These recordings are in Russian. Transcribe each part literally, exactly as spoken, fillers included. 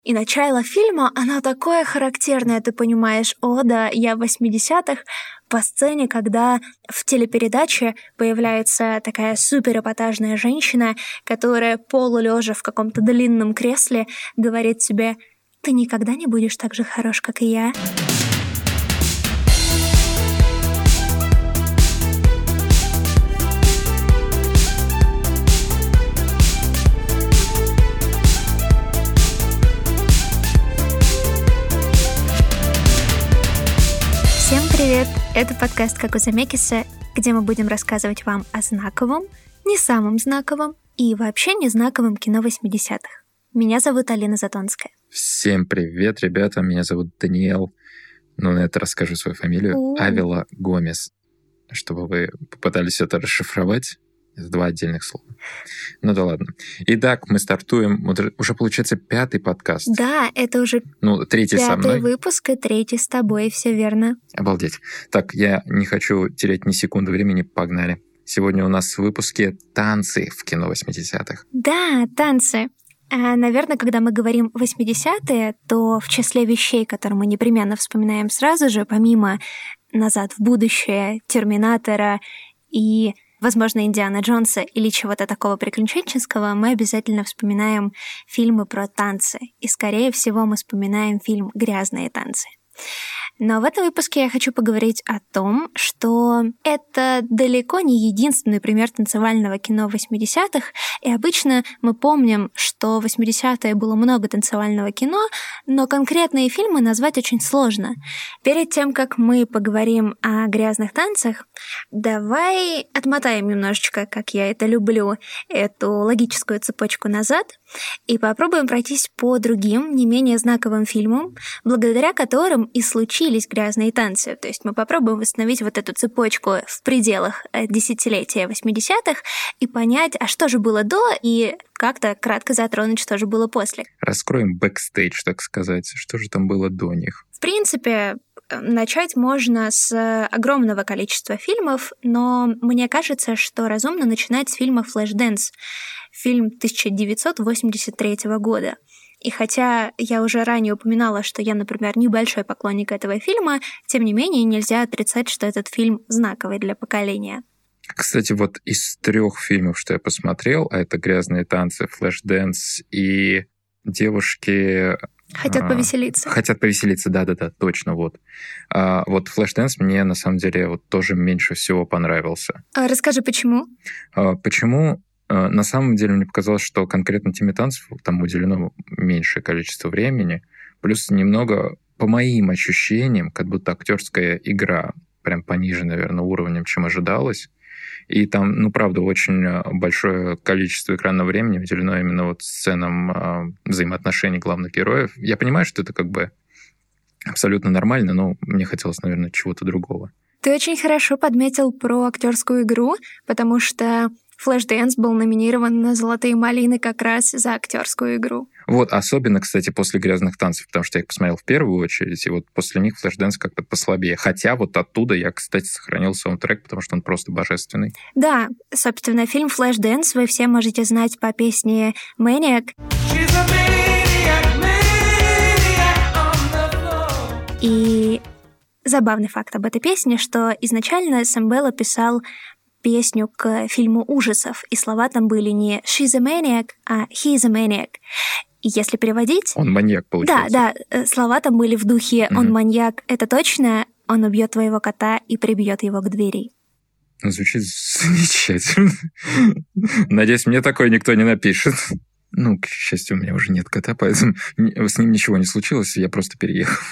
И начало фильма, оно такое характерное, ты понимаешь, о да, я в восьмидесятых, по сцене, когда в телепередаче появляется такая суперэпатажная женщина, которая полулежа в каком-то длинном кресле говорит тебе: «Ты никогда не будешь так же хорош, как и я». Всем привет! Это подкаст «Как у Замекиса», где мы будем рассказывать вам о знаковом, не самом знаковом и вообще не знаковом кино восьмидесятых. Меня зовут Алина Затонская. Всем привет, ребята! Меня зовут Даниэл. Ну, на это расскажу свою фамилию. У-у-у. Авила Гомес. Чтобы вы попытались это расшифровать. Это два отдельных слова. Ну да ладно. Итак, мы стартуем. Уже получается пятый подкаст. Да, это уже ну, третий пятый со мной. выпуск и третий с тобой, все верно. Обалдеть. Так, я не хочу терять ни секунды времени. Погнали. Сегодня у нас в выпуске танцы в кино восьмидесятых. Да, танцы. А, наверное, когда мы говорим восьмидесятые, то в числе вещей, которые мы непременно вспоминаем сразу же, помимо «Назад в будущее», «Терминатора» и, возможно, «Индиана Джонса» или чего-то такого приключенческого, мы обязательно вспоминаем фильмы про танцы. И, скорее всего, мы вспоминаем фильм «Грязные танцы». Но в этом выпуске я хочу поговорить о том, что это далеко не единственный пример танцевального кино восьмидесятых, и обычно мы помним, что в восьмидесятые было много танцевального кино, но конкретные фильмы назвать очень сложно. Перед тем, как мы поговорим о грязных танцах, давай отмотаем немножечко, как я это люблю, эту логическую цепочку назад, и попробуем пройтись по другим, не менее знаковым фильмам, благодаря которым и случились грязные танцы. То есть мы попробуем восстановить вот эту цепочку в пределах десятилетия восьмидесятых и понять, а что же было до, и как-то кратко затронуть, что же было после. Раскроем бэкстейдж, так сказать. Что же там было до них? В принципе, начать можно с огромного количества фильмов, но мне кажется, что разумно начинать с фильма «Флэшдэнс», фильм тысяча девятьсот восемьдесят третьего года. И хотя я уже ранее упоминала, что я, например, небольшой поклонник этого фильма, тем не менее нельзя отрицать, что этот фильм знаковый для поколения. Кстати, вот из трех фильмов, что я посмотрел, а это «Грязные танцы», «Флэшдэнс» и «Девушки...» Хотят повеселиться. Хотят повеселиться, да-да-да, точно, вот. А, вот «Флэшдэнс» мне, на самом деле, вот тоже меньше всего понравился. А расскажи, почему? А, почему? На самом деле мне показалось, что конкретно теме танцев там уделено меньшее количество времени, плюс немного, по моим ощущениям, как будто актерская игра прям пониже, наверное, уровнем, чем ожидалось. И там, ну, правда, очень большое количество экранного времени уделено именно вот сценам э, взаимоотношений главных героев. Я понимаю, что это как бы абсолютно нормально, но мне хотелось, наверное, чего-то другого. Ты очень хорошо подметил про актерскую игру, потому что «Флэшдэнс» был номинирован на «Золотые малины» как раз за актерскую игру. Вот, особенно, кстати, после «Грязных танцев», потому что я их посмотрел в первую очередь, и вот после них «Флэшдэнс» как-то послабее. Хотя вот оттуда я, кстати, сохранил саундтрек, потому что он просто божественный. Да, собственно, фильм «Флэшдэнс» вы все можете знать по песне «Maniac». И забавный факт об этой песне, что изначально Сэм Белла писал песню к фильму ужасов, и слова там были не «She's a maniac», а «He's a maniac». И если переводить... Он маньяк, получается. Да, да, слова там были в духе «Он угу. маньяк, это точно, он убьет твоего кота и прибьет его к двери». Звучит замечательно. Надеюсь, мне такое никто не напишет. Ну, к счастью, у меня уже нет кота, поэтому с ним ничего не случилось, я просто переехал.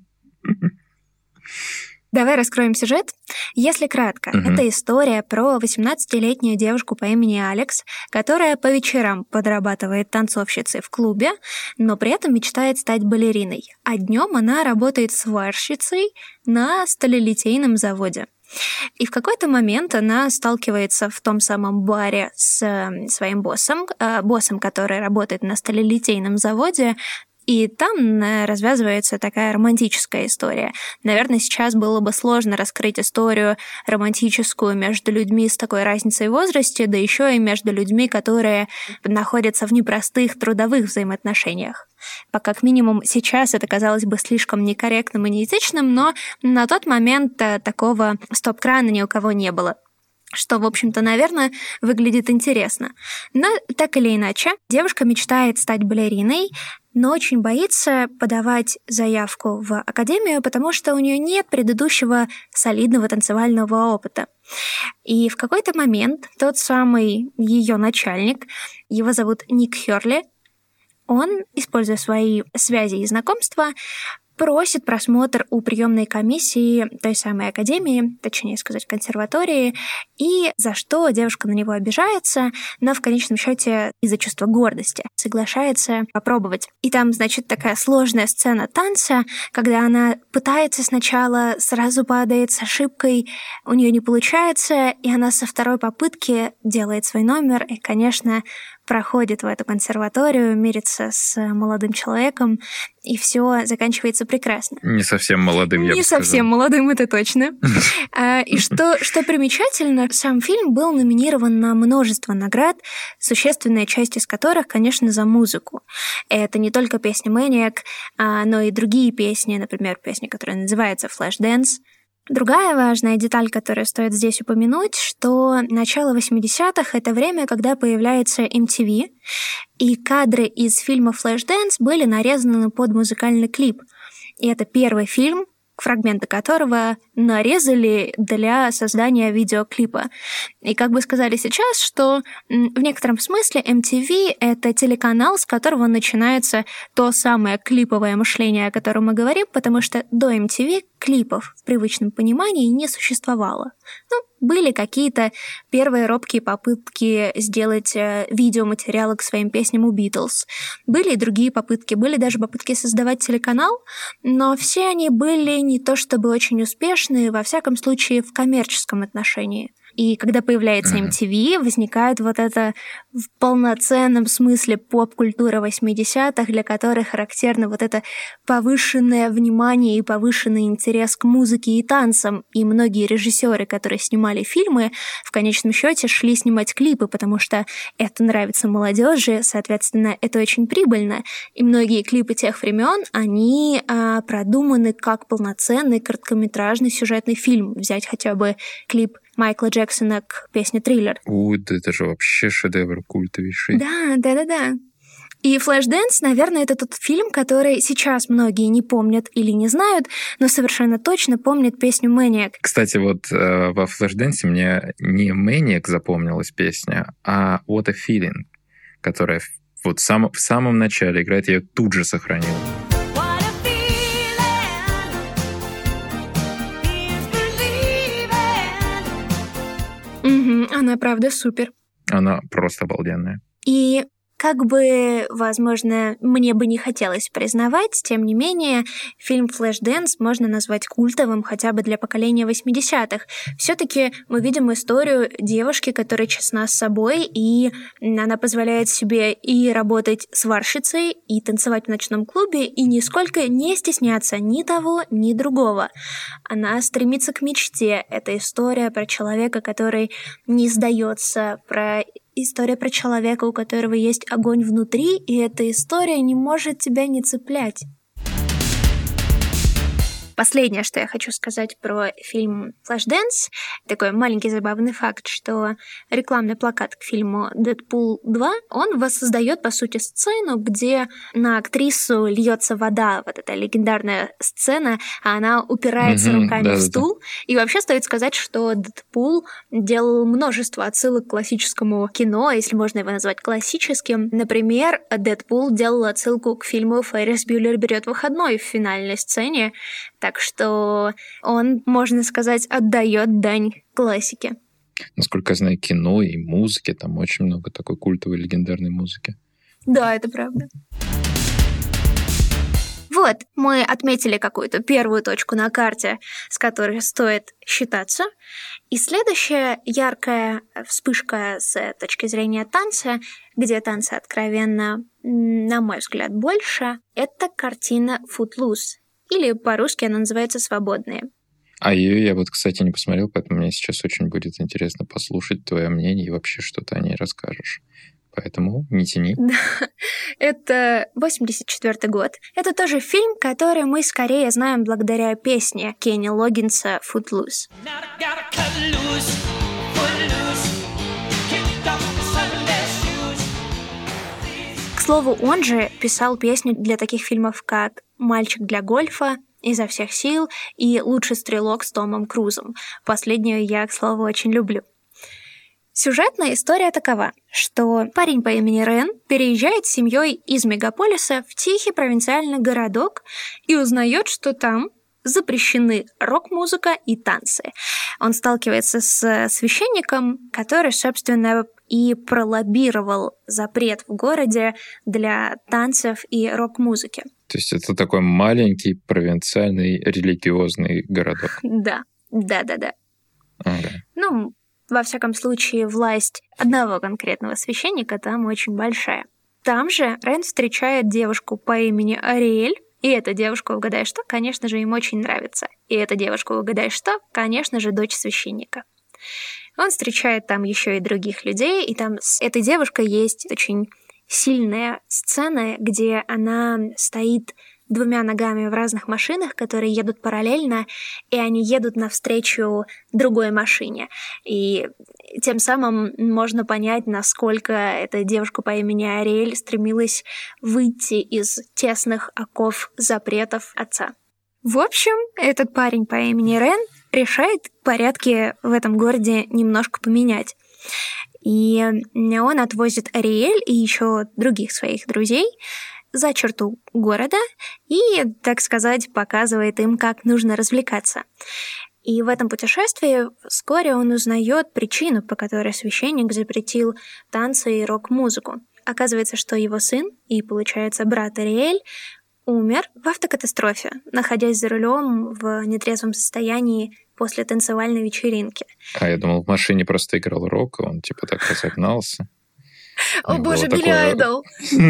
Давай раскроем сюжет. Если кратко, uh-huh. это история про восемнадцатилетнюю девушку по имени Алекс, которая по вечерам подрабатывает танцовщицей в клубе, но при этом мечтает стать балериной. А днем она работает сварщицей на сталелитейном заводе. И в какой-то момент она сталкивается в том самом баре с своим боссом, э, боссом, который работает на сталелитейном заводе, И там развязывается такая романтическая история. Наверное, сейчас было бы сложно раскрыть историю романтическую между людьми с такой разницей в возрасте, да еще и между людьми, которые находятся в непростых трудовых взаимоотношениях. Пока, как минимум, сейчас это казалось бы слишком некорректным и неэтичным, но на тот момент такого стоп-крана ни у кого не было. Что, в общем-то, наверное, выглядит интересно. Но так или иначе, девушка мечтает стать балериной, но очень боится подавать заявку в академию, потому что у нее нет предыдущего солидного танцевального опыта. И в какой-то момент тот самый ее начальник, его зовут Ник Херли, он, используя свои связи и знакомства, просит просмотр у приемной комиссии той самой академии, точнее сказать, консерватории, и за что девушка на него обижается, но в конечном счете из-за чувства гордости соглашается попробовать. И там, значит, такая сложная сцена танца, когда она пытается сначала, сразу падает с ошибкой, у нее не получается, и она со второй попытки делает свой номер, и, конечно, проходит в эту консерваторию, мирится с молодым человеком, и все заканчивается прекрасно. Не совсем молодым, я бы сказал. Не совсем молодым, это точно. И что, что примечательно, сам фильм был номинирован на множество наград, существенная часть из которых, конечно, за музыку. Это не только песня «Maniac», но и другие песни, например, песня, которая называется «Flashdance». Другая важная деталь, которую стоит здесь упомянуть, что начало восьмидесятых — это время, когда появляется эм ти ви, и кадры из фильма «Flashdance» были нарезаны под музыкальный клип. И это первый фильм, фрагменты которого нарезали для создания видеоклипа. И как бы сказали сейчас, что в некотором смысле эм ти ви — это телеканал, с которого начинается то самое клиповое мышление, о котором мы говорим, потому что до эм ти ви клипов в привычном понимании не существовало. Ну, были какие-то первые робкие попытки сделать видеоматериалы к своим песням у Битлз. Были и другие попытки, были даже попытки создавать телеканал, но все они были не то чтобы очень успешные, во всяком случае, в коммерческом отношении. И когда появляется эм ти ви, возникает вот это в полноценном смысле поп-культура восьмидесятых, для которой характерно вот это повышенное внимание и повышенный интерес к музыке и танцам. И многие режиссеры, которые снимали фильмы, в конечном счете шли снимать клипы, потому что это нравится молодежи, соответственно, это очень прибыльно. И многие клипы тех времен, они а, продуманы как полноценный короткометражный сюжетный фильм. Взять хотя бы клип Майкла Джексона к песне «Триллер». Ой, да это же вообще шедевр культовейший. Да, да-да-да. И «Флэшдэнс», наверное, это тот фильм, который сейчас многие не помнят или не знают, но совершенно точно помнят песню «Maniac». Кстати, вот э, во «Флэшдэнсе» мне не «Maniac» запомнилась песня, а «What a Feeling», которая вот в, сам, в самом начале играет, я ее тут же сохранил. Угу, она, правда, супер. Она просто обалденная. И как бы, возможно, мне бы не хотелось признавать, тем не менее, фильм «Флэшдэнс» можно назвать культовым хотя бы для поколения восьмидесятых. Все-таки мы видим историю девушки, которая честна с собой, и она позволяет себе и работать сварщицей, и танцевать в ночном клубе, и нисколько не стесняться ни того, ни другого. Она стремится к мечте. Это история про человека, который не сдается, про история про человека, у которого есть огонь внутри, и эта история не может тебя не цеплять. Последнее, что я хочу сказать про фильм «Флэшдэнс», такой маленький забавный факт, что рекламный плакат к фильму «Дэдпул два», он воссоздает, по сути, сцену, где на актрису льется вода, вот эта легендарная сцена, а она упирается mm-hmm, руками да, в стул. Да. И вообще стоит сказать, что «Дэдпул» делал множество отсылок к классическому кино, если можно его назвать классическим. Например, «Дэдпул» делал отсылку к фильму «Феррис Бьюллер берет выходной» в финальной сцене. Так что он, можно сказать, отдает дань классике. Насколько я знаю, кино и музыки, там очень много такой культовой легендарной музыки. Да, это правда. Вот, мы отметили какую-то первую точку на карте, с которой стоит считаться. И следующая яркая вспышка с точки зрения танца, где танцы откровенно на мой взгляд, больше, это картина «Footloose», или по-русски она называется «Свободные». А ее я вот, кстати, не посмотрел, поэтому мне сейчас очень будет интересно послушать твое мнение и вообще что ты о ней расскажешь. Поэтому не тяни. Да, это восемьдесят четвёртый год. Это тоже фильм, который мы скорее знаем благодаря песне Кенни Логгинса «Footloose». К слову, он же писал песни для таких фильмов, как «Мальчик для гольфа», «Изо всех сил» и «Лучший стрелок» с Томом Крузом. Последнюю я, к слову, очень люблю. Сюжетная история такова, что парень по имени Рен переезжает с семьей из мегаполиса в тихий провинциальный городок и узнает, что там запрещены рок-музыка и танцы. Он сталкивается с священником, который, собственно, и пролоббировал запрет в городе для танцев и рок-музыки. То есть это такой маленький провинциальный религиозный городок. Да, да-да-да. Ага. Ну, во всяком случае, власть одного конкретного священника там очень большая. Там же Рен встречает девушку по имени Ариэль, и эта девушка, угадай что, конечно же, им очень нравится. И эта девушка, угадай что, конечно же, дочь священника. Он встречает там еще и других людей, и там с этой девушкой есть очень сильная сцена, где она стоит двумя ногами в разных машинах, которые едут параллельно, и они едут навстречу другой машине. И тем самым можно понять, насколько эта девушка по имени Ариэль стремилась выйти из тесных оков запретов отца. В общем, этот парень по имени Рен решает порядки в этом городе немножко поменять. И он отвозит Ариэль и еще других своих друзей за черту города и, так сказать, показывает им, как нужно развлекаться. И в этом путешествии вскоре он узнает причину, по которой священник запретил танцы и рок-музыку. Оказывается, что его сын и, получается, брат Ариэль умер в автокатастрофе, находясь за рулем в нетрезвом состоянии после танцевальной вечеринки. А я думал, в машине просто играл рок, и он типа так разогнался. О боже, Билли Айдол!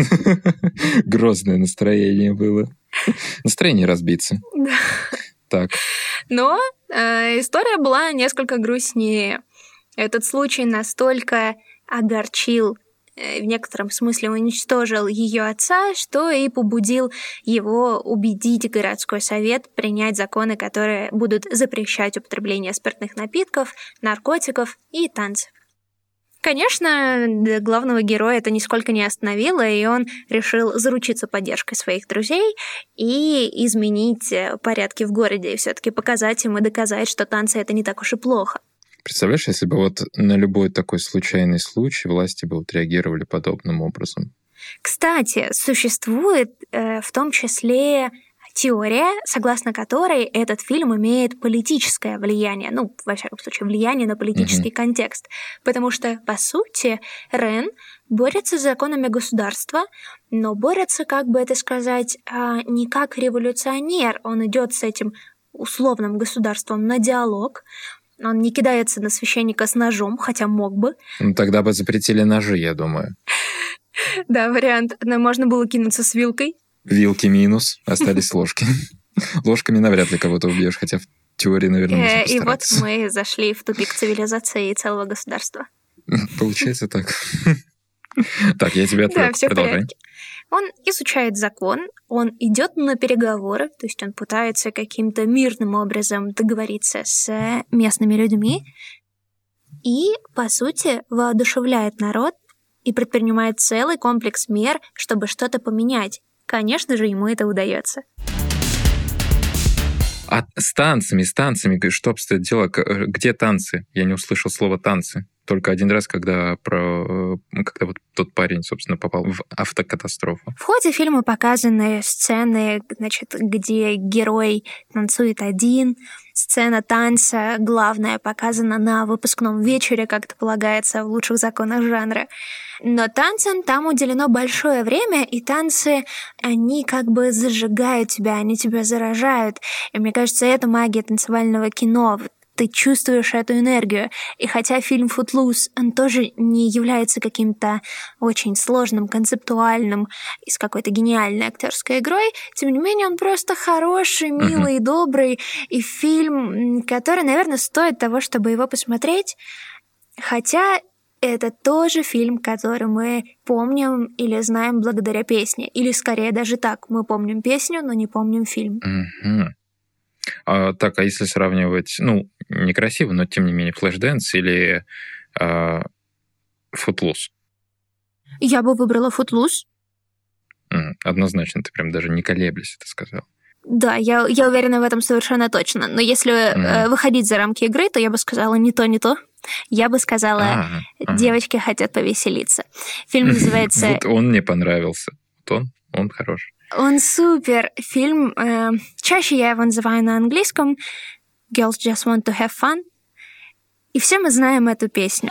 Грозное настроение было. Настроение разбиться. Да. Так. Но э, история была несколько грустнее. Этот случай настолько огорчил, э, в некотором смысле уничтожил ее отца, что и побудил его убедить городской совет принять законы, которые будут запрещать употребление спиртных напитков, наркотиков и танцев. Конечно, главного героя это нисколько не остановило, и он решил заручиться поддержкой своих друзей и изменить порядки в городе, и все-таки показать им и доказать, что танцы — это не так уж и плохо. Представляешь, если бы вот на любой такой случайный случай власти бы вот реагировали подобным образом? Кстати, существует э, в том числе теория, согласно которой этот фильм имеет политическое влияние, ну, во всяком случае, влияние на политический mm-hmm. контекст, потому что, по сути, Рен борется с законами государства, но борется, как бы это сказать, не как революционер, он идет с этим условным государством на диалог, он не кидается на священника с ножом, хотя мог бы. Ну, тогда бы запретили ножи, я думаю. Да, вариант. Можно было кинуться с вилкой. Вилки минус, остались ложки. Ложками навряд ли кого-то убьешь, хотя в теории, наверное, можно постараться. И вот мы зашли в тупик цивилизации и целого государства. Получается так. Так, я тебя отвлек, да, все продолжай. В порядке. Он изучает закон, он идет на переговоры, то есть он пытается каким-то мирным образом договориться с местными людьми и, по сути, воодушевляет народ и предпринимает целый комплекс мер, чтобы что-то поменять. Конечно же, ему это удается. А с танцами, с танцами, что обстоит дело? Где танцы? Я не услышал слово «танцы». Только один раз, когда, про, когда вот тот парень, собственно, попал в автокатастрофу. В ходе фильма показаны сцены, значит, где герой танцует один. Сцена танца, главная, показана на выпускном вечере, как это полагается в лучших законах жанра. Но танцам там уделено большое время, и танцы, они как бы зажигают тебя, они тебя заражают. И мне кажется, это магия танцевального кино. ты чувствуешь эту энергию. И хотя фильм «Footloose», он тоже не является каким-то очень сложным, концептуальным и с какой-то гениальной актерской игрой, тем не менее он просто хороший, милый, uh-huh. добрый, и фильм, который, наверное, стоит того, чтобы его посмотреть. Хотя это тоже фильм, который мы помним или знаем благодаря песне. Или скорее даже так, мы помним песню, но не помним фильм. Uh-huh. А, так, а если сравнивать, ну, некрасиво, но тем не менее, Flashdance или а, Footloose? Я бы выбрала Footloose. Mm, однозначно, ты прям даже не колеблясь это сказала. Да, я, я уверена в этом совершенно точно. Но если mm. э, выходить за рамки игры, то я бы сказала не то, не то. Я бы сказала, а, девочки ага. хотят повеселиться. Фильм называется... Вот он мне понравился. Вот он, он хороший. Он супер. Фильм, э, чаще я его называю на английском Girls Just Want to Have Fun. И все мы знаем эту песню.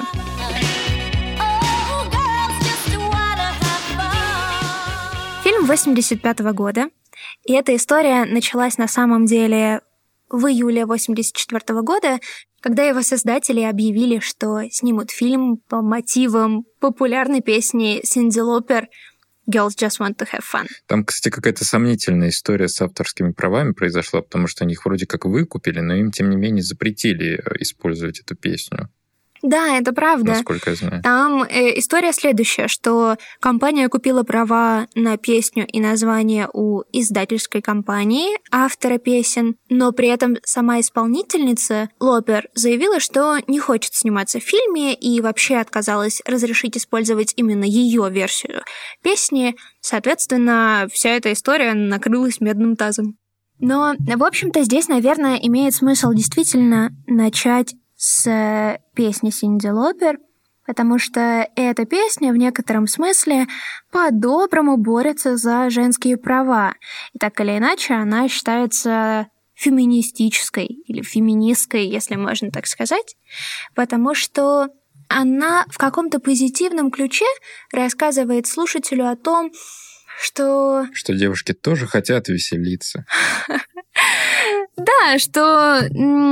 Фильм восемьдесят пятого года. И эта история началась на самом деле в июле восемьдесят четвёртого года, когда его создатели объявили, что снимут фильм по мотивам популярной песни Синди Лопер Girls Just Want to Have Fun. Там, кстати, какая-то сомнительная история с авторскими правами произошла, потому что они их вроде как выкупили, но им, тем не менее, запретили использовать эту песню. Да, это правда. Насколько я знаю. Там э, история следующая, что компания купила права на песню и название у издательской компании, автора песен, но при этом сама исполнительница Лопер заявила, что не хочет сниматься в фильме и вообще отказалась разрешить использовать именно ее версию песни. Соответственно, вся эта история накрылась медным тазом. Но, в общем-то, здесь, наверное, имеет смысл действительно начать с песни Синди Лопер, потому что эта песня в некотором смысле по-доброму борется за женские права. И так или иначе она считается феминистической или феминистской, если можно так сказать, потому что она в каком-то позитивном ключе рассказывает слушателю о том, что... Что девушки тоже хотят веселиться. Да, что...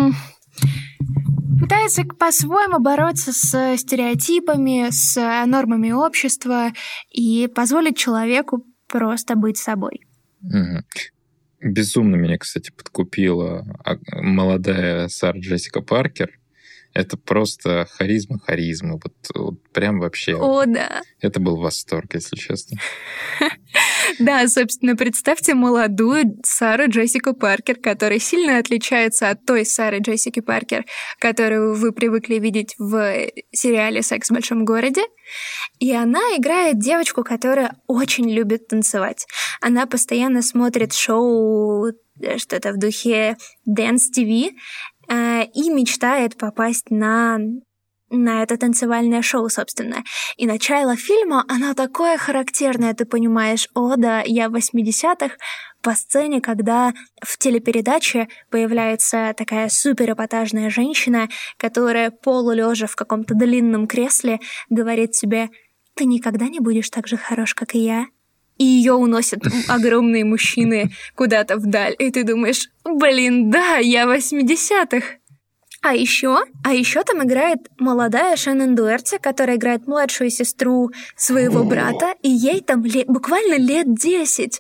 пытается по-своему бороться с стереотипами, с нормами общества и позволить человеку просто быть собой. Угу. Безумно меня, кстати, подкупила молодая Сара Джессика Паркер. Это просто харизма-харизма. Вот, вот прям вообще. О, да. Это был восторг, если честно. Да, собственно, представьте молодую Сару Джессику Паркер, которая сильно отличается от той Сары Джессики Паркер, которую вы привыкли видеть в сериале «Секс в большом городе». И она играет девочку, которая очень любит танцевать. Она постоянно смотрит шоу, что-то в духе Dance ти ви, и мечтает попасть на... на это танцевальное шоу, собственно. И начало фильма, оно такое характерное, ты понимаешь, о да, я в восьмидесятых, по сцене, когда в телепередаче появляется такая суперэпатажная женщина, которая полулежа в каком-то длинном кресле говорит тебе: «Ты никогда не будешь так же хорош, как и я». И ее уносят огромные мужчины куда-то вдаль. И ты думаешь: блин, да, я в восьмидесятых. А еще, а еще там играет молодая Шеннон Дуэрти, которая играет младшую сестру своего брата, и ей там лет, буквально лет десять.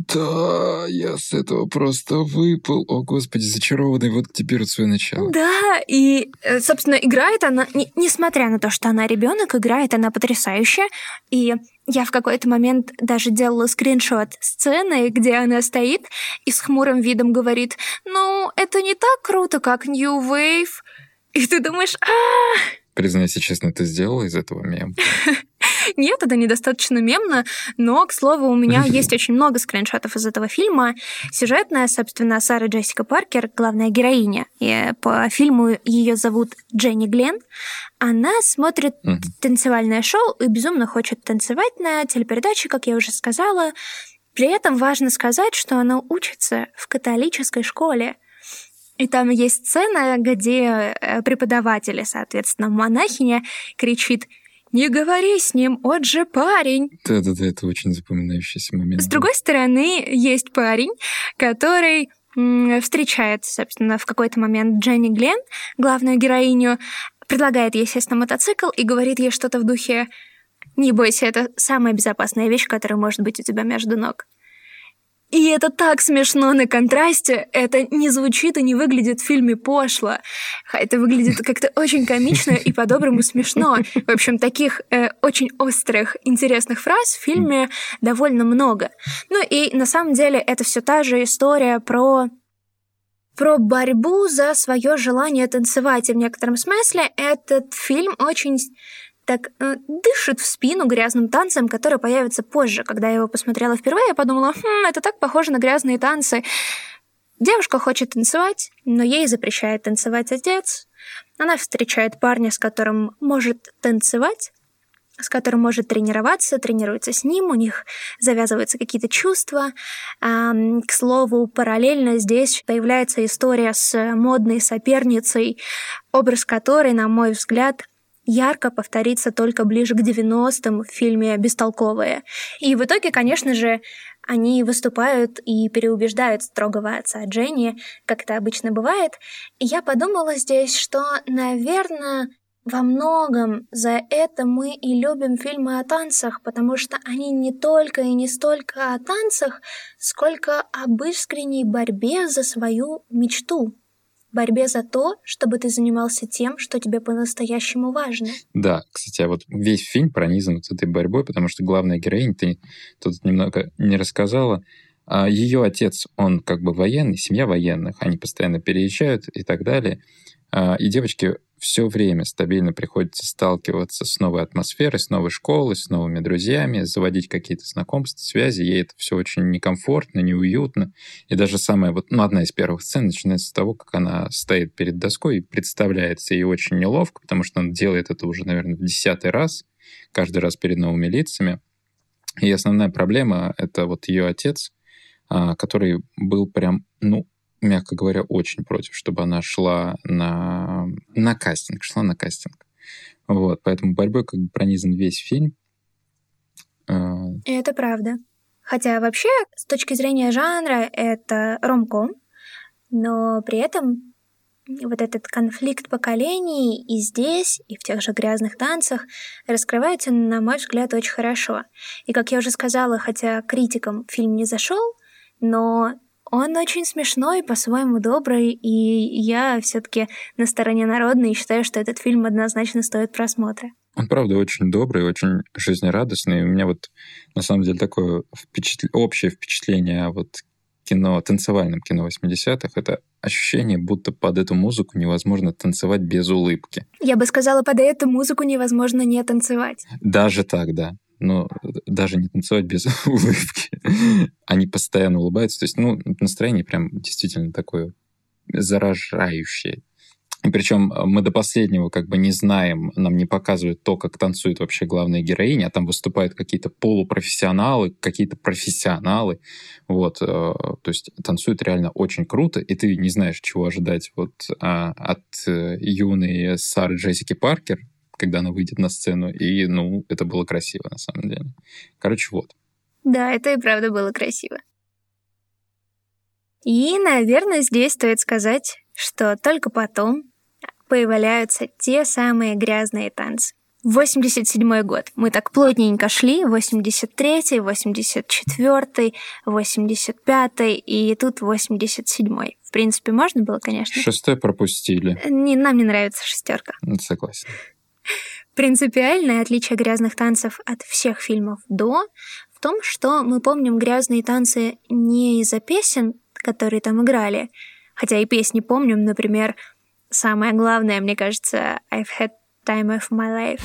Да, я с этого просто выпал. О, господи, зачарованный вот теперь вот свое начало. Да, и, собственно, играет она, не, несмотря на то, что она ребенок, играет она потрясающе. И я в какой-то момент даже делала скриншот сцены, где она стоит и с хмурым видом говорит: «Ну, это не так круто, как New Wave». И ты думаешь: а Признайся честно, ты сделала из этого мем? Нет, это недостаточно мемно, но, к слову, у меня есть очень много скриншотов из этого фильма. Сюжетная, собственно, Сара Джессика Паркер, главная героиня, и по фильму ее зовут Дженни Глен. Она смотрит mm-hmm. танцевальное шоу и безумно хочет танцевать на телепередаче, как я уже сказала. При этом важно сказать, что она учится в католической школе. И там есть сцена, где преподаватель, соответственно, монахиня, кричит: «Не говори с ним, он же парень». Да-да-да, это очень запоминающийся момент. С другой стороны, есть парень, который встречает, собственно, в какой-то момент Дженни Гленн, главную героиню, предлагает ей сесть на мотоцикл и говорит ей что-то в духе: «Не бойся, это самая безопасная вещь, которая может быть у тебя между ног». И это так смешно на контрасте. Это не звучит и не выглядит в фильме пошло. Это выглядит как-то очень комично и по-доброму смешно. В общем, таких э, очень острых, интересных фраз в фильме довольно много. Ну и на самом деле это все та же история про... про борьбу за свое желание танцевать. И в некотором смысле этот фильм очень... так э, дышит в спину грязным танцем, который появится позже. Когда я его посмотрела впервые, я подумала, хм, это так похоже на грязные танцы. Девушка хочет танцевать, но ей запрещает танцевать отец. Она встречает парня, с которым может танцевать, с которым может тренироваться, тренируется с ним, у них завязываются какие-то чувства. А, к слову, параллельно здесь появляется история с модной соперницей, образ которой, на мой взгляд, ярко повторится только ближе к девяностым в фильме «Бестолковые». И в итоге, конечно же, они выступают и переубеждают строгого отца Дженни, как это обычно бывает. И я подумала здесь, что, наверное, во многом за это мы и любим фильмы о танцах, потому что они не только и не столько о танцах, сколько об искренней борьбе за свою мечту. Борьбе за то, чтобы ты занимался тем, что тебе по-настоящему важно. Да, кстати, а вот весь фильм пронизан вот этой борьбой, потому что главная героиня, ты тут немного не рассказала, а ее отец, он как бы военный, семья военных, они постоянно переезжают и так далее, и девочке все время стабильно приходится сталкиваться с новой атмосферой, с новой школой, с новыми друзьями, заводить какие-то знакомства, связи. Ей это все очень некомфортно, неуютно. И даже самая вот, ну, одна из первых сцен начинается с того, как она стоит перед доской и представляется ей очень неловко, потому что она делает это уже, наверное, в десятый раз, каждый раз перед новыми лицами. И основная проблема — это вот ее отец, который был прям, ну, мягко говоря, очень против, чтобы она шла на, на кастинг, шла на кастинг. Вот, поэтому борьбой как бы пронизан весь фильм. И это правда. Хотя вообще, с точки зрения жанра, это ромком, но при этом вот этот конфликт поколений и здесь, и в тех же «Грязных танцах» раскрывается, на мой взгляд, очень хорошо. И, как я уже сказала, хотя критикам фильм не зашел, но он очень смешной, по-своему добрый, и я все-таки на стороне народной и считаю, что этот фильм однозначно стоит просмотра. Он, правда, очень добрый, очень жизнерадостный. У меня вот, на самом деле, такое впечатл... общее впечатление о вот кино, танцевальном кино восьмидесятых — это ощущение, будто под эту музыку невозможно танцевать без улыбки. Я бы сказала, под эту музыку невозможно не танцевать. Даже так, да. Но даже не танцевать без улыбки. Они постоянно улыбаются. То есть, ну, настроение прям действительно такое заражающее. И причем мы до последнего как бы не знаем, нам не показывают то, как танцует вообще главная героиня, а там выступают какие-то полупрофессионалы, какие-то профессионалы. Вот, то есть танцуют реально очень круто, и ты не знаешь, чего ожидать вот от юной Сары Джессики Паркер, когда она выйдет на сцену, и, ну, это было красиво, на самом деле. Короче, вот. Да, это и правда было красиво. И, наверное, здесь стоит сказать, что только потом появляются те самые грязные танцы. восемьдесят седьмой год. Мы так плотненько шли. восемьдесят третий, восемьдесят четвёртый, восемьдесят пятый и тут восемьдесят седьмой. В принципе, можно было, конечно. Шестой пропустили. Не, нам не нравится шестерка. Согласен. Принципиальное отличие «Грязных танцев» от всех фильмов до в том, что мы помним грязные танцы не из-за песен, которые там играли, хотя и песни помним, например, самое главное, мне кажется, «I've had time of my life».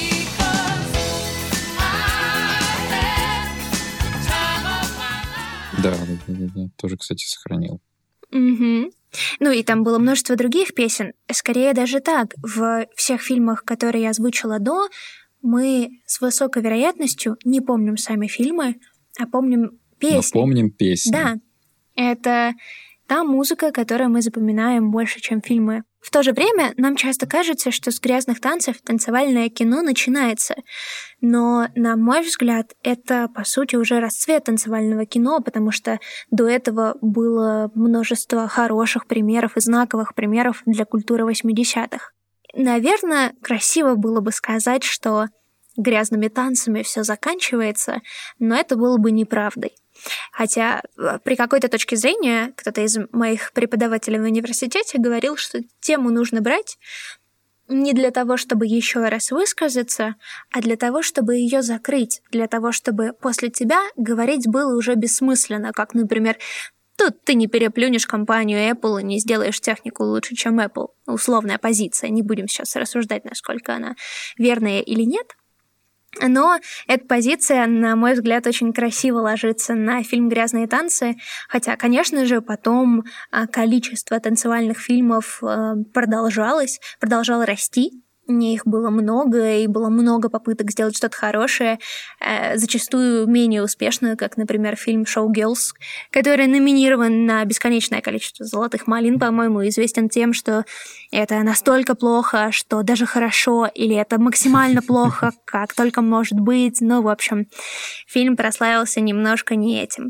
Да, да, да, да, тоже, кстати, сохранил. Угу. Ну и там было множество других песен. Скорее даже так. В всех фильмах, которые я озвучила до, мы с высокой вероятностью не помним сами фильмы, а помним песни. Но помним песни. Да. Это та музыка, которую мы запоминаем больше, чем фильмы. В то же время нам часто кажется, что с грязных танцев танцевальное кино начинается. Но, на мой взгляд, это, по сути, уже расцвет танцевального кино, потому что до этого было множество хороших примеров и знаковых примеров для культуры восьмидесятых. Наверное, красиво было бы сказать, что грязными танцами все заканчивается, но это было бы неправдой. Хотя при какой-то точке зрения кто-то из моих преподавателей в университете говорил, что тему нужно брать не для того, чтобы еще раз высказаться, а для того, чтобы ее закрыть, для того, чтобы после тебя говорить было уже бессмысленно, как, например, тут ты не переплюнешь компанию Apple и не сделаешь технику лучше, чем Apple. Условная позиция, не будем сейчас рассуждать, насколько она верная или нет. Но эта позиция, на мой взгляд, очень красиво ложится на фильм «Грязные танцы», хотя, конечно же, потом количество танцевальных фильмов продолжалось, продолжало расти. Их было много, и было много попыток сделать что-то хорошее, зачастую менее успешную, как, например, фильм «Шоу Girls», который номинирован на бесконечное количество золотых малин, по-моему, известен тем, что это настолько плохо, что даже хорошо, или это максимально плохо, как только может быть. Ну, в общем, фильм прославился немножко не этим.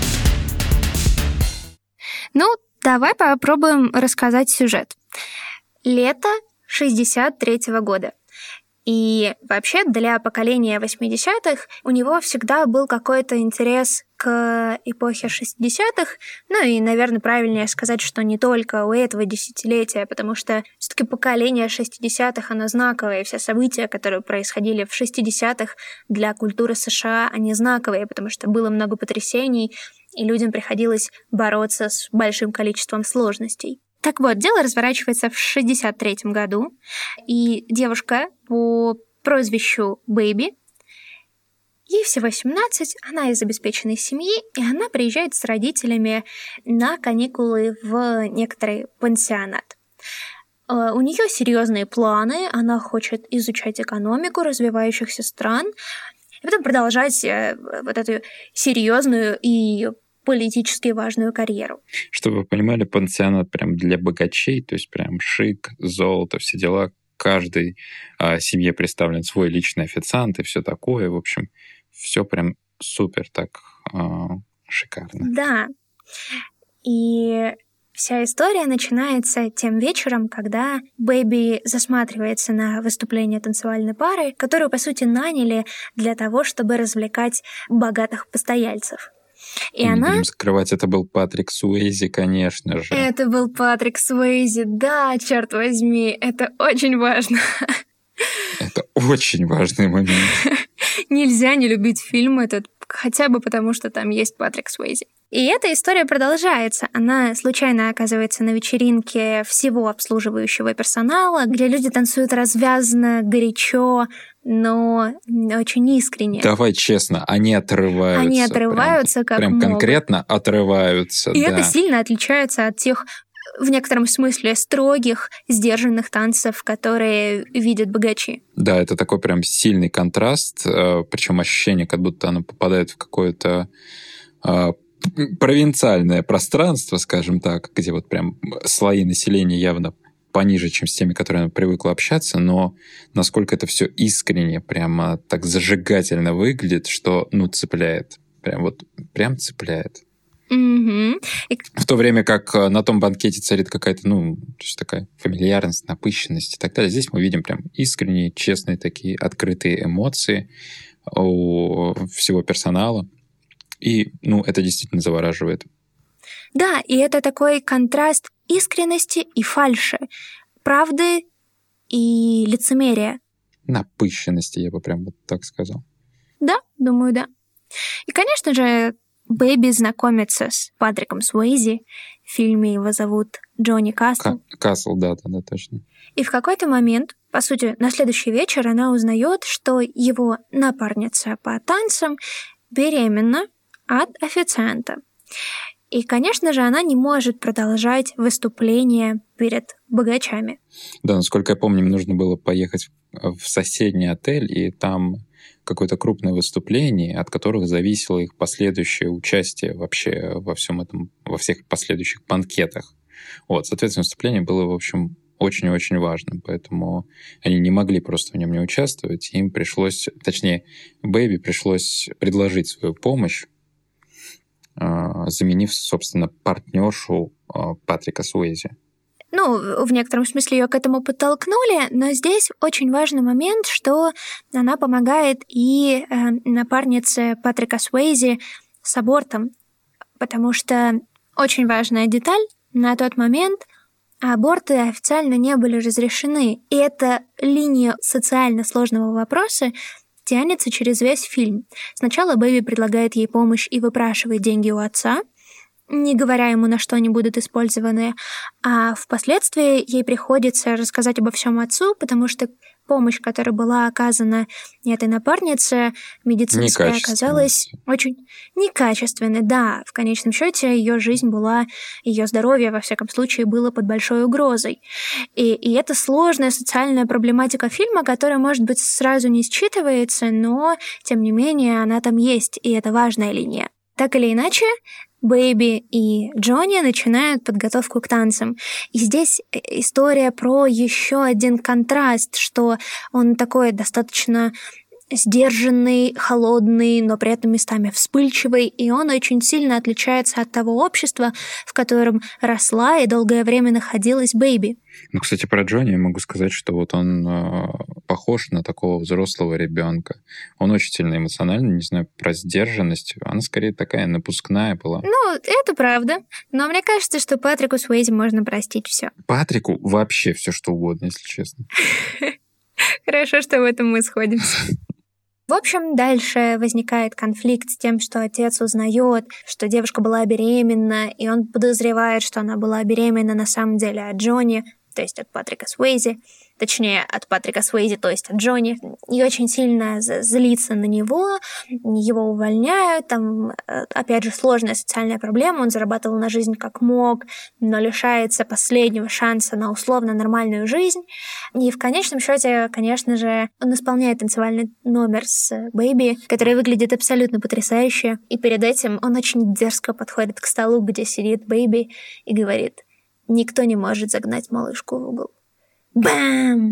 Ну, давай попробуем рассказать сюжет. Лето шестьдесят третьего года. И вообще для поколения восьмидесятых у него всегда был какой-то интерес к эпохе шестидесятых, ну и, наверное, правильнее сказать, что не только у этого десятилетия, потому что все-таки поколение шестидесятых, оно знаковое, и все события, которые происходили в шестидесятых для культуры США, они знаковые, потому что было много потрясений, и людям приходилось бороться с большим количеством сложностей. Так вот, дело разворачивается в шестьдесят третьем году, и девушка по прозвищу Бэйби, ей всего семнадцать, она из обеспеченной семьи, и она приезжает с родителями на каникулы в некоторый пансионат. У нее серьезные планы, она хочет изучать экономику развивающихся стран, и потом продолжать вот эту серьезную и политически важную карьеру. Чтобы вы понимали, пансионат прям для богачей, то есть прям шик, золото, все дела. Каждой а, семье представлен свой личный официант и все такое. В общем, все прям супер так а, шикарно. Да. И вся история начинается тем вечером, когда Бэйби засматривается на выступление танцевальной пары, которую, по сути, наняли для того, чтобы развлекать богатых постояльцев. И Не она... будем скрывать, это был Патрик Суэйзи, конечно же. Это был Патрик Суэйзи, да, черт возьми, это очень важно. Это очень важный момент. Нельзя не любить фильм этот, хотя бы потому, что там есть Патрик Суэйзи. И эта история продолжается. Она случайно оказывается на вечеринке всего обслуживающего персонала, где люди танцуют развязно, горячо, но очень искренне. Давай честно, они отрываются. Они отрываются прям, как прям могут. Конкретно отрываются, И да. это сильно отличается от тех, в некотором смысле, строгих, сдержанных танцев, которые видят богачи. Да, это такой прям сильный контраст, причем ощущение, как будто оно попадает в какое-то провинциальное пространство, скажем так, где вот прям слои населения явно пониже, чем с теми, которые она привыкла общаться, но насколько это все искренне, прямо так зажигательно выглядит, что, ну, цепляет. Прям вот, прям цепляет. Mm-hmm. И... В то время как на том банкете царит какая-то, ну, то есть такая фамильярность, напыщенность и так далее. Здесь мы видим прям искренние, честные такие открытые эмоции у всего персонала. И, ну, это действительно завораживает. Да, и это такой контраст искренности и фальши, правды и лицемерия. Напыщенности, я бы прям вот так сказал. Да, думаю, да. И, конечно же, Бэйби знакомится с Патриком Суэйзи. В фильме его зовут Джонни Касл. Касл, да, да, да, точно. И в какой-то момент, по сути, на следующий вечер она узнает, что его напарница по танцам беременна от официанта. И, конечно же, она не может продолжать выступление перед богачами. Да, насколько я помню, им нужно было поехать в соседний отель, и там какое-то крупное выступление, от которых зависело их последующее участие вообще во всем этом, во всех последующих банкетах. Вот, соответственно, выступление было, в общем, очень-очень важным, поэтому они не могли просто в нем не участвовать. Им пришлось, точнее, Бэйби пришлось предложить свою помощь, заменив, собственно, партнершу Патрика Суэйзи. Ну, в некотором смысле ее к этому подтолкнули, но здесь очень важный момент, что она помогает и э, напарнице Патрика Суэйзи с абортом, потому что очень важная деталь, на тот момент аборты официально не были разрешены, и эта линия социально сложного вопроса тянется через весь фильм. Сначала Бэйби предлагает ей помощь и выпрашивает деньги у отца, не говоря ему, на что они будут использованы, а впоследствии ей приходится рассказать обо всем отцу, потому что помощь, которая была оказана этой напарнице, медицинская, оказалась очень некачественной. Да, в конечном счете ее жизнь была, ее здоровье, во всяком случае, было под большой угрозой. И, и это сложная социальная проблематика фильма, которая, может быть, сразу не считывается, но, тем не менее, она там есть, и это важная линия. Так или иначе, Бэйби и Джонни начинают подготовку к танцам. И здесь история про еще один контраст, что он такой достаточно сдержанный, холодный, но при этом местами вспыльчивый, и он очень сильно отличается от того общества, в котором росла и долгое время находилась Бэйби. Ну, кстати, про Джонни я могу сказать, что вот он э, похож на такого взрослого ребенка. Он очень сильно эмоциональный, не знаю, про сдержанность. Она скорее такая напускная была. Ну, это правда. Но мне кажется, что Патрику Суэйзи можно простить все. Патрику вообще все что угодно, если честно. Хорошо, что в этом мы сходимся. В общем, дальше возникает конфликт с тем, что отец узнает, что девушка была беременна, и он подозревает, что она была беременна на самом деле от Джонни, то есть от Патрика Суэйзи, точнее, от Патрика Суэйзи, то есть от Джонни, и очень сильно злится на него, его увольняют, там, опять же, сложная социальная проблема, он зарабатывал на жизнь как мог, но лишается последнего шанса на условно нормальную жизнь, и в конечном счете, конечно же, он исполняет танцевальный номер с Бэйби, который выглядит абсолютно потрясающе, и перед этим он очень дерзко подходит к столу, где сидит Бэйби, и говорит: «Никто не может загнать малышку в угол». Бам!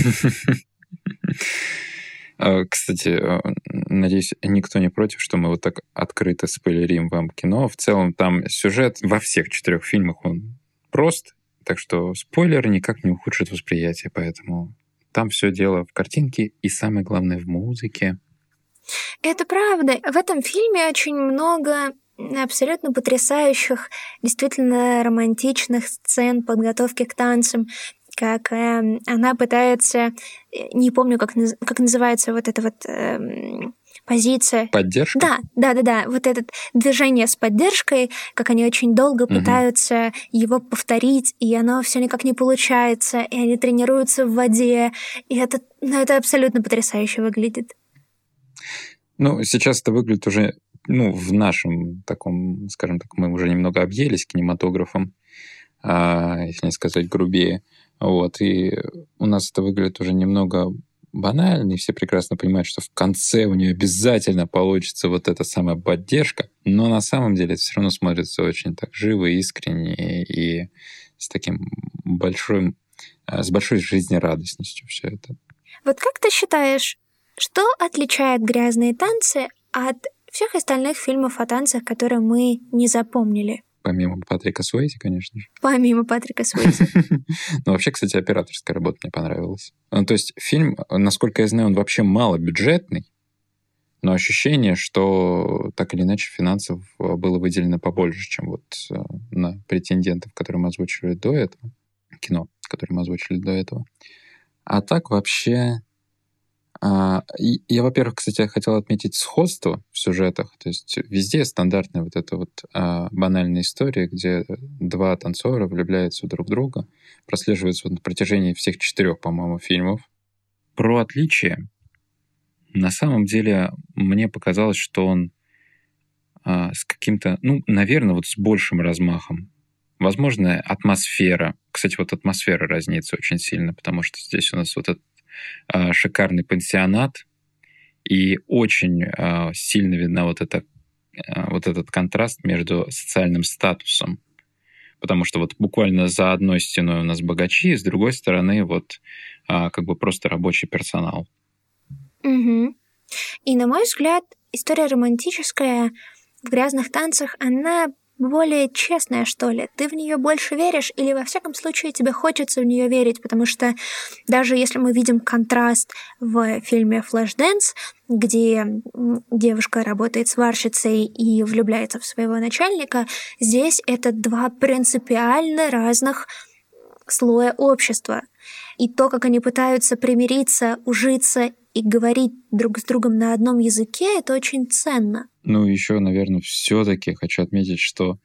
Кстати, надеюсь, никто не против, что мы вот так открыто спойлерим вам кино. В целом там сюжет во всех четырех фильмах, он прост, так что спойлер никак не ухудшит восприятие, поэтому там все дело в картинке и, самое главное, в музыке. Это правда. В этом фильме очень много абсолютно потрясающих, действительно романтичных сцен подготовки к танцам, как э, она пытается, не помню, как, как называется вот эта вот э, позиция. Поддержка? Да, да, да, да. Вот это движение с поддержкой, как они очень долго угу. пытаются его повторить, и оно все никак не получается, и они тренируются в воде, и это, ну, это абсолютно потрясающе выглядит. Ну, сейчас это выглядит уже, ну, в нашем таком, скажем так, мы уже немного объелись кинематографом, а, если не сказать грубее. Вот, и у нас это выглядит уже немного банально, и все прекрасно понимают, что в конце у нее обязательно получится вот эта самая поддержка, но на самом деле это все равно смотрится очень так живо, искренне и с таким большим, с большой жизнерадостностью все это. Вот как ты считаешь, что отличает «Грязные танцы» от всех остальных фильмов о танцах, которые мы не запомнили? Помимо Патрика Суэйзи, конечно же. Помимо Патрика Суэйзи. Ну, вообще, кстати, операторская работа мне понравилась. Ну, то есть фильм, насколько я знаю, он вообще малобюджетный, но ощущение, что так или иначе финансов было выделено побольше, чем вот на претендентов, которые мы озвучивали до этого, кино, которые мы озвучили до этого. А так вообще... Я, во-первых, кстати, хотел отметить сходство в сюжетах. То есть везде стандартная вот эта вот а, банальная история, где два танцора влюбляются друг в друга, прослеживается вот на протяжении всех четырех, по-моему, фильмов. Про отличие. На самом деле, мне показалось, что он а, с каким-то, ну, наверное, вот с большим размахом. Возможно, атмосфера. Кстати, вот атмосфера разнится очень сильно, потому что здесь у нас вот этот шикарный пансионат, и очень э, сильно видна вот, это, э, вот этот контраст между социальным статусом. потому что вот буквально за одной стеной у нас богачи, с другой стороны вот а, как бы просто рабочий персонал. Угу. И, на мой взгляд, история романтическая в «Грязных танцах», она более честная, что ли. Ты в нее больше веришь, или, во всяком случае, тебе хочется в нее верить, потому что даже если мы видим контраст в фильме «Флэшдэнс», где девушка работает сварщицей и влюбляется в своего начальника, здесь это два принципиально разных слоя общества. И то, как они пытаются примириться, ужиться и говорить друг с другом на одном языке, это очень ценно. Ну, еще, наверное, все-таки хочу отметить, что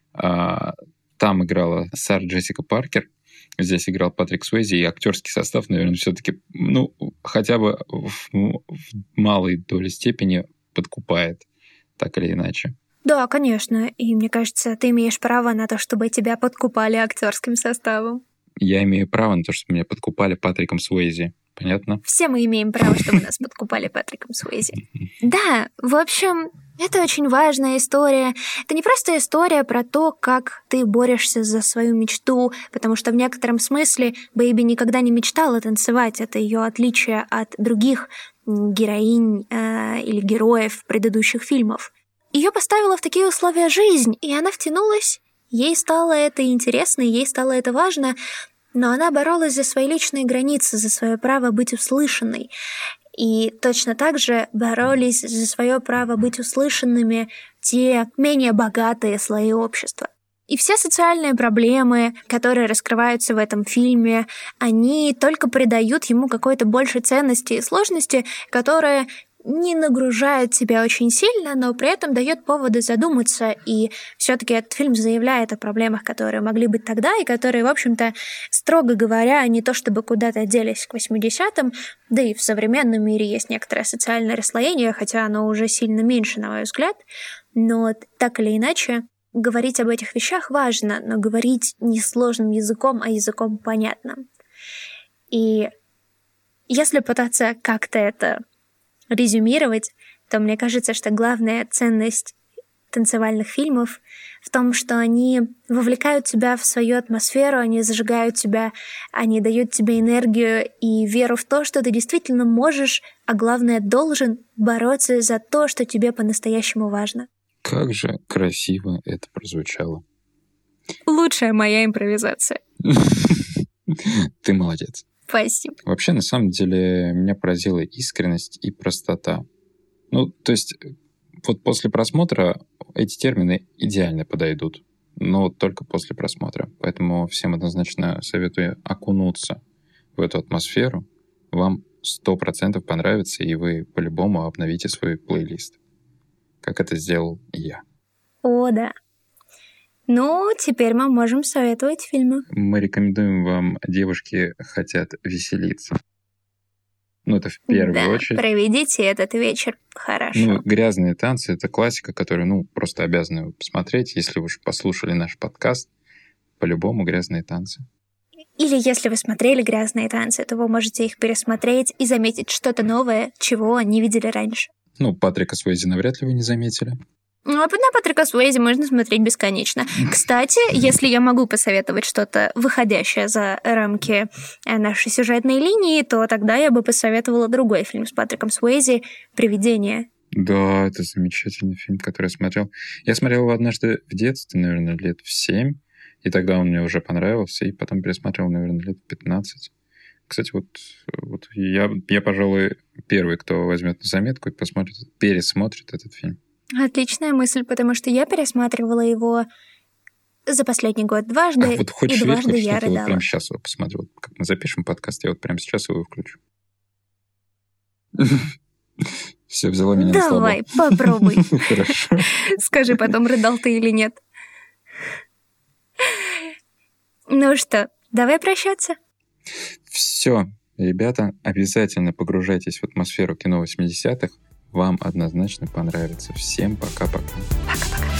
а, там играла Сара Джессика Паркер, здесь играл Патрик Суэйзи, и актерский состав, наверное, все-таки, ну, хотя бы в, в малой доле степени подкупает, так или иначе. Да, конечно. И мне кажется, ты имеешь право на то, чтобы тебя подкупали актерским составом. Я имею право на то, чтобы меня подкупали Патриком Суэйзи. Понятно? Все мы имеем право, чтобы нас подкупали Патриком Суэйзи. Да, в общем, это очень важная история. Это не просто история про то, как ты борешься за свою мечту, потому что в некотором смысле Бэйби никогда не мечтала танцевать. Это ее отличие от других героинь э, или героев предыдущих фильмов. Ее поставила в такие условия жизнь, и она втянулась. Ей стало это интересно, ей стало это важно, но она боролась за свои личные границы, за свое право быть услышанной. И точно так же боролись за свое право быть услышанными те менее богатые слои общества. И все социальные проблемы, которые раскрываются в этом фильме, они только придают ему какой-то большей ценности и сложности, которые не нагружает тебя очень сильно, но при этом дает поводы задуматься. И все-таки этот фильм заявляет о проблемах, которые могли быть тогда, и которые, в общем-то, строго говоря, не то чтобы куда-то делись к восьмидесятым, да и в современном мире есть некоторое социальное расслоение, хотя оно уже сильно меньше, на мой взгляд. Но так или иначе, говорить об этих вещах важно, но говорить не сложным языком, а языком понятным. И если пытаться как-то это резюмировать, то мне кажется, что главная ценность танцевальных фильмов в том, что они вовлекают тебя в свою атмосферу, они зажигают тебя, они дают тебе энергию и веру в то, что ты действительно можешь, а главное, должен бороться за то, что тебе по-настоящему важно. Как же красиво это прозвучало. Лучшая моя импровизация. Ты молодец. Спасибо. Вообще, на самом деле, меня поразила искренность и простота. Ну, то есть, вот после просмотра эти термины идеально подойдут, но только после просмотра. Поэтому всем однозначно советую окунуться в эту атмосферу. Вам сто процентов понравится, и вы по-любому обновите свой плейлист, как это сделал я. О, да. Ну, теперь мы можем советовать фильмы. Мы рекомендуем вам «Девушки хотят веселиться». Ну, это в первую да, очередь. Проведите этот вечер хорошо. Ну, «Грязные танцы» — это классика, которую, ну, просто обязаны посмотреть. Если вы уж послушали наш подкаст, по-любому «Грязные танцы». Или если вы смотрели «Грязные танцы», то вы можете их пересмотреть и заметить что-то новое, чего не видели раньше. Ну, Патрика Суэйзи навряд ли вы не заметили. Ну, а на Патрика Суэйзи можно смотреть бесконечно. Кстати, если я могу посоветовать что-то, выходящее за рамки нашей сюжетной линии, то тогда я бы посоветовала другой фильм с Патриком Суэйзи «Привидение». Да, это замечательный фильм, который я смотрел. Я смотрел его однажды в детстве, наверное, лет в семь, и тогда он мне уже понравился, и потом пересмотрел, наверное, лет в пятнадцать. Кстати, вот, вот я, я, пожалуй, первый, кто возьмет на заметку и посмотрит, пересмотрит этот фильм. Отличная мысль, потому что я пересматривала его за последний год дважды, а вот и дважды верь, я что рыдала. Вот прямо сейчас его посмотрю. Вот как мы запишем подкаст, я вот прямо сейчас его включу. Все, взяла меня на слабо. Давай, попробуй. Хорошо. Скажи потом, рыдал ты или нет. Ну что, давай прощаться? Все, ребята, обязательно погружайтесь в атмосферу кино восьмидесятых. Вам однозначно понравится. Всем пока-пока. Пока-пока.